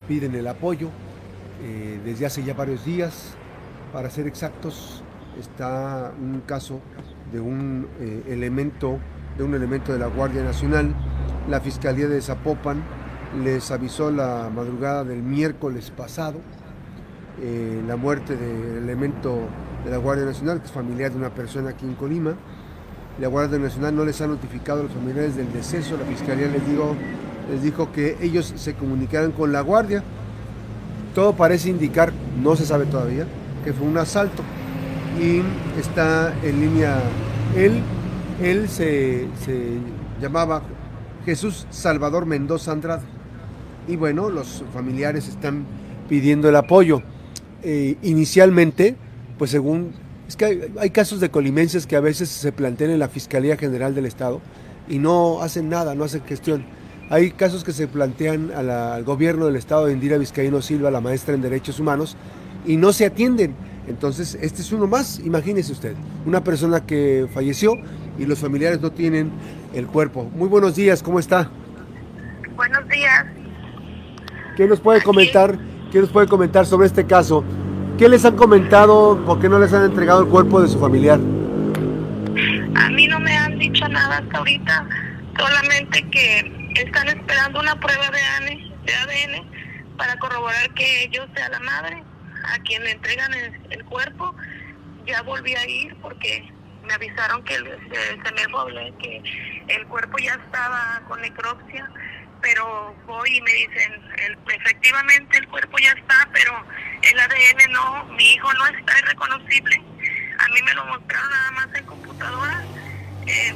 piden el apoyo desde hace ya varios días. Para ser exactos, está un caso de un elemento de la Guardia Nacional. La Fiscalía de Zapopan les avisó la madrugada del miércoles pasado la muerte del elemento de la Guardia Nacional, que es familiar de una persona aquí en Colima. La Guardia Nacional no les ha notificado a los familiares del deceso. La Fiscalía les dijo que ellos se comunicaran con la Guardia. Todo parece indicar, no se sabe todavía, que fue un asalto. Y está en línea él se llamaba Jesús Salvador Mendoza Andrade. Y bueno, los familiares están pidiendo el apoyo. Inicialmente, pues según... Es que hay casos de colimenses que a veces se plantean en la Fiscalía General del Estado y no hacen nada, no hacen gestión. Hay casos que se plantean al gobierno del Estado de Indira Vizcaíno Silva, la maestra en Derechos Humanos, y no se atienden. Entonces, este es uno más, imagínese usted, una persona que falleció y los familiares no tienen el cuerpo. Muy buenos días, ¿cómo está? Buenos días. ¿Qué nos puede Aquí, comentar, qué nos puede comentar sobre este caso? ¿Qué les han comentado? ¿Por qué no les han entregado el cuerpo de su familiar? a mí no me han dicho nada hasta ahorita, solamente que están esperando una prueba de ADN para corroborar que yo sea la madre a quien le entregan el cuerpo. Ya volví a ir porque me avisaron que se me hablé que el cuerpo ya estaba con necropsia, pero voy y me dicen, efectivamente el cuerpo ya está, pero el ADN no, mi hijo no está irreconocible. A mí me lo mostraron nada más en computadora. Eh,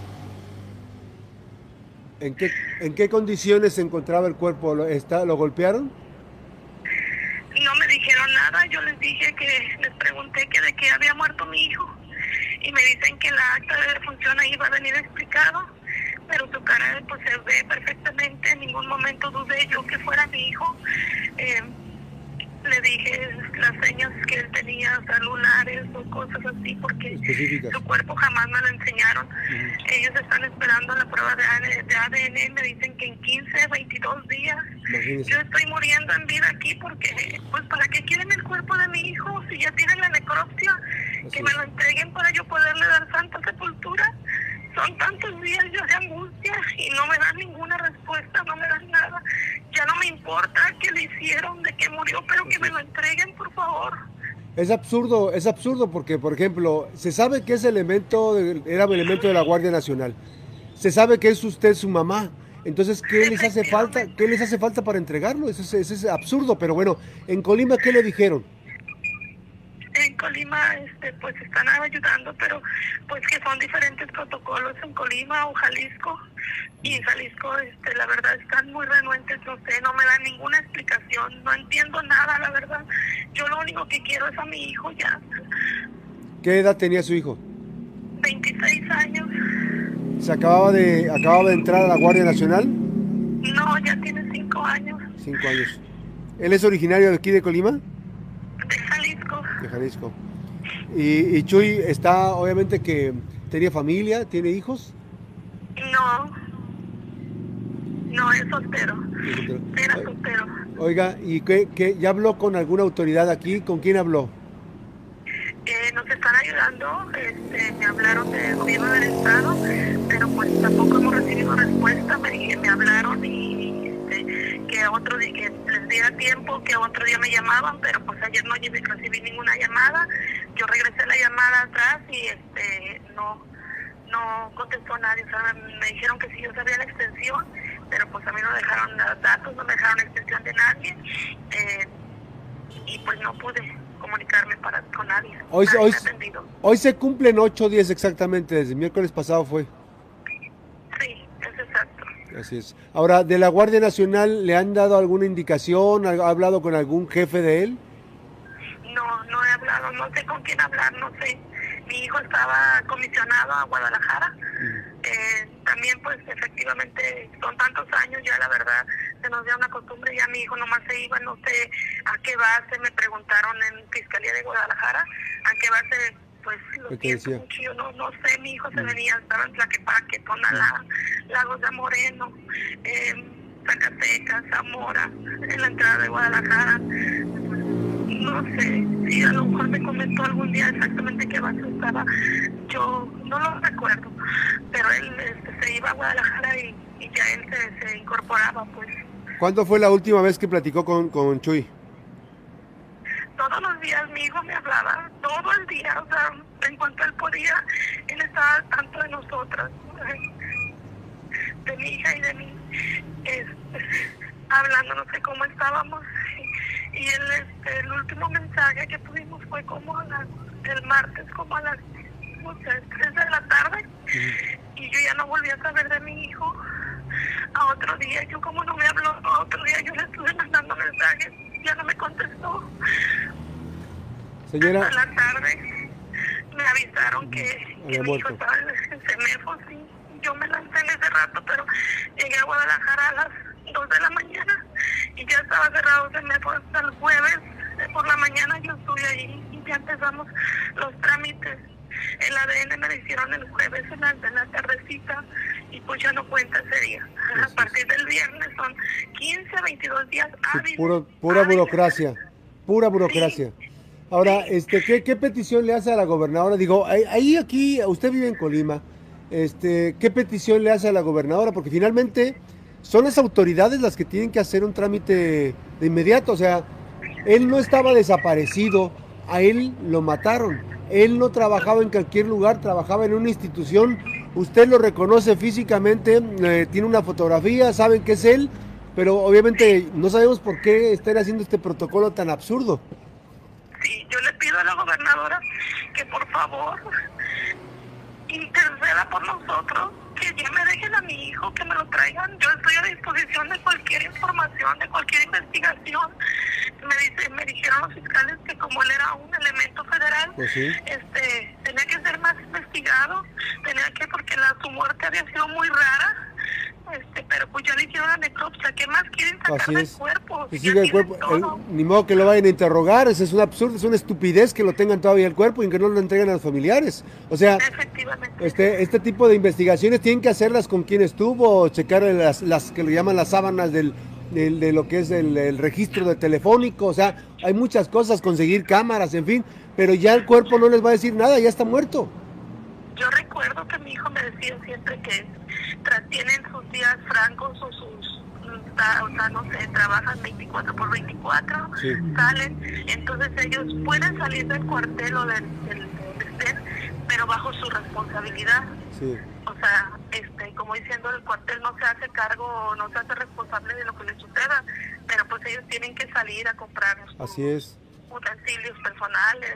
¿En qué condiciones se encontraba el cuerpo? ¿Lo golpearon? no me dijeron nada, yo les dije les pregunté que de qué había muerto mi hijo y me dicen que la acta de defunción ahí va a venir explicado, pero su cara pues se ve perfectamente, en ningún momento dudé yo que fuera mi hijo. Le dije las señas que él tenía, o sea, lunares o cosas así, porque Específicas. su cuerpo jamás me lo enseñaron. Ellos están esperando la prueba de ADN y me dicen que en 15, 22 días. Imagínese. Yo estoy muriendo en vida aquí porque, pues, ¿para qué quieren el cuerpo de mi hijo si ya tienen la necropsia? Así Que me es. lo entreguen para yo poderle dar santa sepultura. Son tantos días yo de angustia y no me dan ninguna respuesta, no me dan nada. Ya no me importa qué le hicieron, de qué murió, pero que me lo entreguen, por favor. Es absurdo porque, por ejemplo, se sabe que ese elemento era un elemento de la Guardia Nacional. Se sabe que es usted su mamá. Entonces, ¿qué les hace falta? ¿Qué les hace falta para entregarlo? Eso es absurdo, pero bueno, en Colima, ¿qué le dijeron? En Colima, pues están ayudando, pero pues que son diferentes protocolos en Colima o Jalisco. Y en Jalisco, la verdad, están muy renuentes, no sé, no me dan ninguna explicación, no entiendo nada, la verdad. Yo lo único que quiero es a mi hijo ya. ¿Qué edad tenía su hijo? 26 años. Acababa de entrar a la Guardia Nacional. No, ya tiene 5 años. 5 años. ¿Él es originario de aquí de Colima? De Jalisco. De Jalisco. Y Chuy está, obviamente que tenía familia, tiene hijos. No, no es soltero. Era soltero. Oiga, ¿y ya habló con alguna autoridad aquí? ¿Con quién habló? Nos están ayudando, me hablaron del gobierno del estado, pero pues tampoco hemos recibido respuesta. Me hablaron y que otro día, que les diera tiempo, que otro día me llamaban, pero pues ayer no recibí ninguna llamada. Yo regresé la llamada atrás y no contestó nadie. O sea, me dijeron que sí, yo sabía la extensión, pero pues a mí no dejaron datos, no me dejaron la extensión de nadie, y pues no pude comunicarme con nadie. Hoy se cumplen 8 días exactamente, desde el miércoles pasado fue. Sí, es exacto. Así es. Ahora, ¿de la Guardia Nacional le han dado alguna indicación? ¿Ha hablado con algún jefe de él? No he hablado, no sé con quién hablar, no sé. Mi hijo estaba comisionado a Guadalajara. También pues efectivamente son tantos años ya, la verdad se nos dio una costumbre, ya mi hijo nomás se iba, no sé a qué base. Me preguntaron en Fiscalía de Guadalajara a qué base, pues lo siento mucho, yo no sé. Mi hijo se venía, estaba en Tlaquepaque, Tonalá, Lagos de Moreno, Zacatecas, Zamora, en la entrada de Guadalajara. No sé si a lo mejor me comentó algún día exactamente qué base estaba. Yo no lo recuerdo, pero él se iba a Guadalajara y ya él se incorporaba, pues. ¿Cuándo fue la última vez que platicó con Chuy? Todos los días mi hijo me hablaba, todo el día, o sea, en cuanto él podía, él estaba al tanto de nosotras, de mi hija y de mí, hablando, no sé cómo estábamos, y el último mensaje que tuvimos fue como el martes, como a las, no sé, 3 de la tarde, y yo ya no volví a saber de mi hijo. A otro día, yo como no me habló, a otro día yo le estuve mandando mensajes, ya no me contestó. Señora, hasta la tarde me avisaron que mi hijo estaba en CEMEFO, sí. Yo me lancé en ese rato, pero llegué a Guadalajara a las 2 de la mañana y ya estaba cerrado CEMEFO hasta el jueves. Por la mañana yo estuve ahí y ya empezamos los trámites. El ADN me lo hicieron el jueves en la tardecita y pues ya no cuenta ese día. A partir del viernes son 15 a 22 días hábiles. Pura burocracia, pura burocracia. Sí. Ahora, ¿qué petición le hace a la gobernadora? Digo, aquí, usted vive en Colima, ¿qué petición le hace a la gobernadora? Porque finalmente son las autoridades las que tienen que hacer un trámite de inmediato. O sea, él no estaba desaparecido, a él lo mataron. Él no trabajaba en cualquier lugar, trabajaba en una institución. Usted lo reconoce físicamente, tiene una fotografía, saben que es él, pero obviamente no sabemos por qué están haciendo este protocolo tan absurdo. Sí, yo le pido a la gobernadora que por favor interceda por nosotros, que ya me dejen a mi hijo, que me lo traigan. Yo estoy a disposición de cualquier información, de cualquier investigación. Me dijeron los fiscales que como él era un elemento federal, pues sí, tenía que ser más investigado, porque su muerte había sido muy rara. Pero pues ya le hicieron la necropsia. ¿Qué más quieren sacar del cuerpo? Si sigue el cuerpo, ni modo que lo vayan a interrogar. Es un absurdo, es una estupidez que lo tengan todavía el cuerpo y que no lo entreguen a los familiares. O sea, este tipo de investigaciones tienen que hacerlas con quien estuvo, checar las que le llaman las sábanas de lo que es el registro de telefónico. O sea, hay muchas cosas, conseguir cámaras, en fin, pero ya el cuerpo no les va a decir nada, ya está muerto. Yo recuerdo que mi hijo me decía siempre que tienen sus días francos o no sé, trabajan 24/24, sí, salen, entonces ellos pueden salir del cuartel o del estén, pero bajo su responsabilidad. Sí. O sea, como diciendo, el cuartel no se hace cargo, no se hace responsable de lo que les suceda, pero pues ellos tienen que salir a comprar así es, utensilios personales,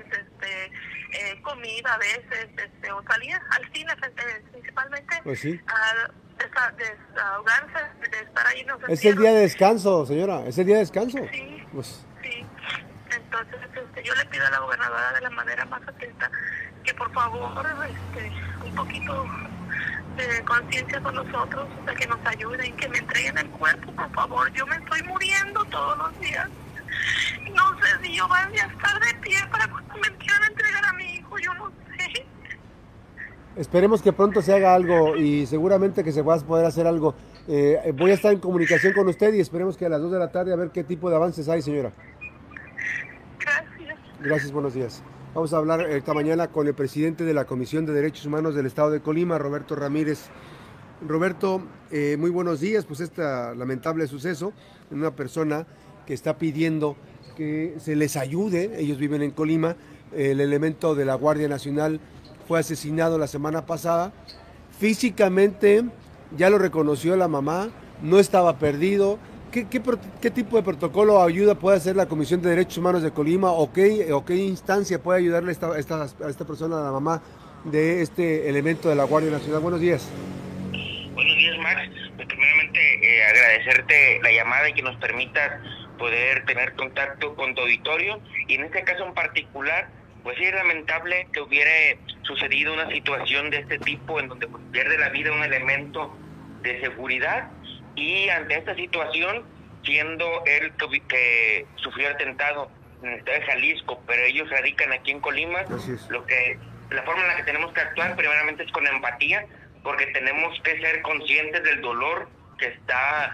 comida a veces, o salir al cine principalmente, pues sí, a desahogarse, de estar ahí en los es el día de descanso, señora, es el día de descanso. Sí, pues. Sí. Entonces, yo le pido a la gobernadora de la manera más atenta que por favor, un poquito de conciencia con nosotros, o sea, que nos ayuden, que me entreguen el cuerpo, por favor. Yo me estoy muriendo todos los días. No sé si yo vaya a estar de pie para cuando me quieran entregar a mi hijo, yo no sé. Esperemos que pronto se haga algo y seguramente que se va a poder hacer algo. Voy a estar en comunicación con usted y esperemos que a las 2 de la tarde a ver qué tipo de avances hay, señora. Gracias. Gracias, buenos días. Vamos a hablar esta mañana con el presidente de la Comisión de Derechos Humanos del Estado de Colima, Roberto Ramírez. Roberto, muy buenos días. Pues este lamentable suceso, una persona que está pidiendo que se les ayude, ellos viven en Colima, el elemento de la Guardia Nacional fue asesinado la semana pasada, físicamente ya lo reconoció la mamá, no estaba perdido. ¿Qué tipo de protocolo o ayuda puede hacer la Comisión de Derechos Humanos de Colima o qué instancia puede ayudarle a esta persona, a la mamá de este elemento de la Guardia Nacional? Buenos días. Buenos días, Max. Pues primeramente agradecerte la llamada y que nos permitas poder tener contacto con tu auditorio, y en este caso en particular, pues sí es lamentable que hubiera sucedido una situación de este tipo en donde pues, pierde la vida un elemento de seguridad, y ante esta situación, siendo él que sufrió atentado en el estado de Jalisco, pero ellos radican aquí en Colima, la forma en la que tenemos que actuar primeramente es con empatía, porque tenemos que ser conscientes del dolor que está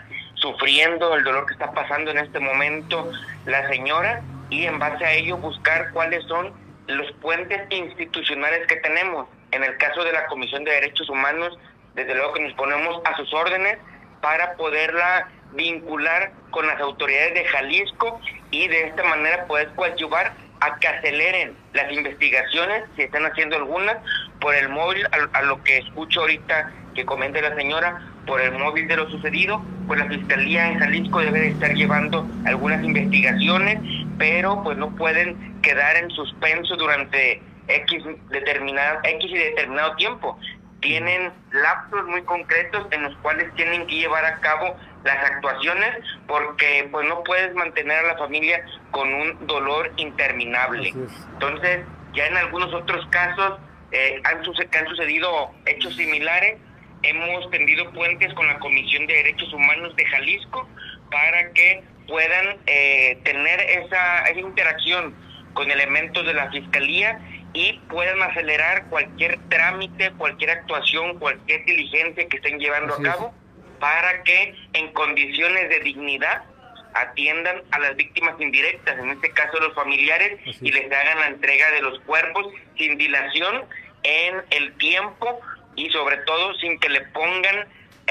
sufriendo, el dolor que está pasando en este momento la señora, y en base a ello buscar cuáles son los puentes institucionales que tenemos. En el caso de la Comisión de Derechos Humanos, desde luego que nos ponemos a sus órdenes para poderla vincular con las autoridades de Jalisco y de esta manera poder coadyuvar a que aceleren las investigaciones, si están haciendo algunas, por el móvil, a lo que escucho ahorita que comenta la señora, por el móvil de lo sucedido, pues la Fiscalía en Jalisco debe de estar llevando algunas investigaciones, pero pues no pueden quedar en suspenso durante X y determinado tiempo. Tienen lapsos muy concretos en los cuales tienen que llevar a cabo las actuaciones, porque pues no puedes mantener a la familia con un dolor interminable. Entonces, ya en algunos otros casos que han sucedido hechos similares, hemos tendido puentes con la Comisión de Derechos Humanos de Jalisco para que puedan tener esa interacción con elementos de la Fiscalía y puedan acelerar cualquier trámite, cualquier actuación, cualquier diligencia que estén llevando a cabo, para que en condiciones de dignidad atiendan a las víctimas indirectas, en este caso los familiares, y les hagan la entrega de los cuerpos sin dilación en el tiempo y sobre todo sin que le pongan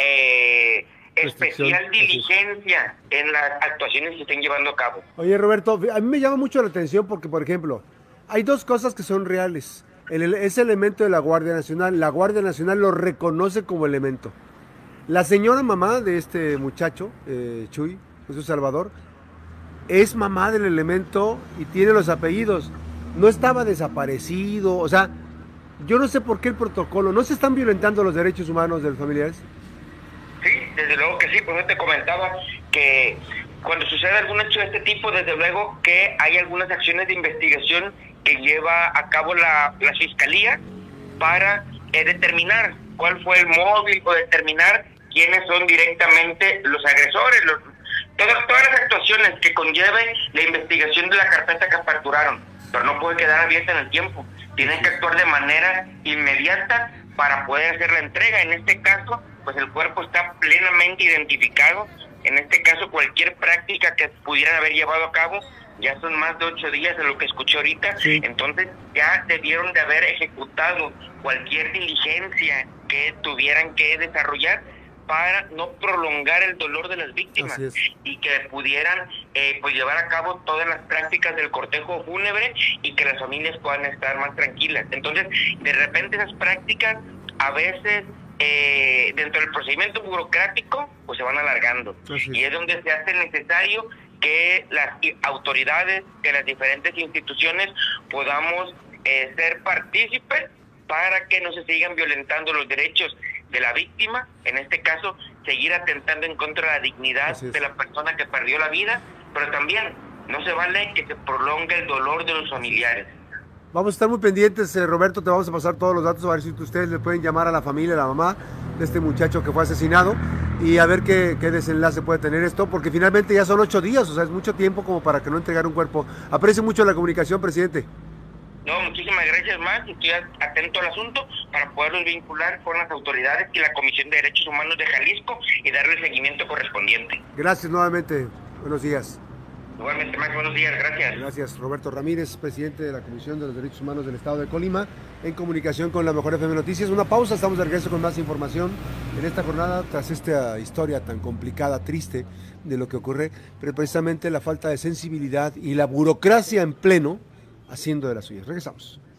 especial diligencia en las actuaciones que estén llevando a cabo. Oye, Roberto, a mí me llama mucho la atención porque, por ejemplo, hay dos cosas que son reales. Ese elemento de la Guardia Nacional lo reconoce como elemento. La señora mamá de este muchacho, Chuy, Jesús Salvador, es mamá del elemento y tiene los apellidos. No estaba desaparecido, o sea, yo no sé por qué el protocolo, ¿no se están violentando los derechos humanos de los familiares? Sí, desde luego que sí, pues yo te comentaba que cuando sucede algún hecho de este tipo, desde luego que hay algunas acciones de investigación que lleva a cabo la Fiscalía para determinar cuál fue el móvil o determinar quiénes son directamente los agresores, todas las actuaciones que conlleve la investigación de la carpeta que aperturaron, pero no puede quedar abierta en el tiempo. Tienen que actuar de manera inmediata para poder hacer la entrega. En este caso, pues el cuerpo está plenamente identificado. En este caso, cualquier práctica que pudieran haber llevado a cabo, ya son más de 8 días de lo que escuché ahorita, entonces ya debieron de haber ejecutado cualquier diligencia que tuvieran que desarrollar para no prolongar el dolor de las víctimas y que pudieran pues llevar a cabo todas las prácticas del cortejo fúnebre y que las familias puedan estar más tranquilas. Entonces, de repente esas prácticas a veces dentro del procedimiento burocrático pues se van alargando y es donde se hace necesario que las autoridades, que las diferentes instituciones podamos ser partícipes para que no se sigan violentando los derechos de la víctima, en este caso, seguir atentando en contra de la dignidad de la persona que perdió la vida, pero también no se vale que se prolongue el dolor de los familiares. Vamos a estar muy pendientes, Roberto, te vamos a pasar todos los datos, a ver si ustedes le pueden llamar a la familia, a la mamá de este muchacho que fue asesinado, y a ver qué desenlace puede tener esto, porque finalmente ya son 8 días, o sea, es mucho tiempo como para que no entregar un cuerpo. Aprecio mucho la comunicación, presidente. No, muchísimas gracias más, estoy atento al asunto para poderlos vincular con las autoridades y la Comisión de Derechos Humanos de Jalisco y darle el seguimiento correspondiente. Gracias nuevamente, buenos días. Igualmente, Max, buenos días, gracias. Gracias, Roberto Ramírez, presidente de la Comisión de los Derechos Humanos del Estado de Colima, en comunicación con la Mejor FM Noticias. Una pausa, estamos de regreso con más información en esta jornada, tras esta historia tan complicada, triste de lo que ocurre, pero precisamente la falta de sensibilidad y la burocracia en pleno haciendo de las suyas. Regresamos.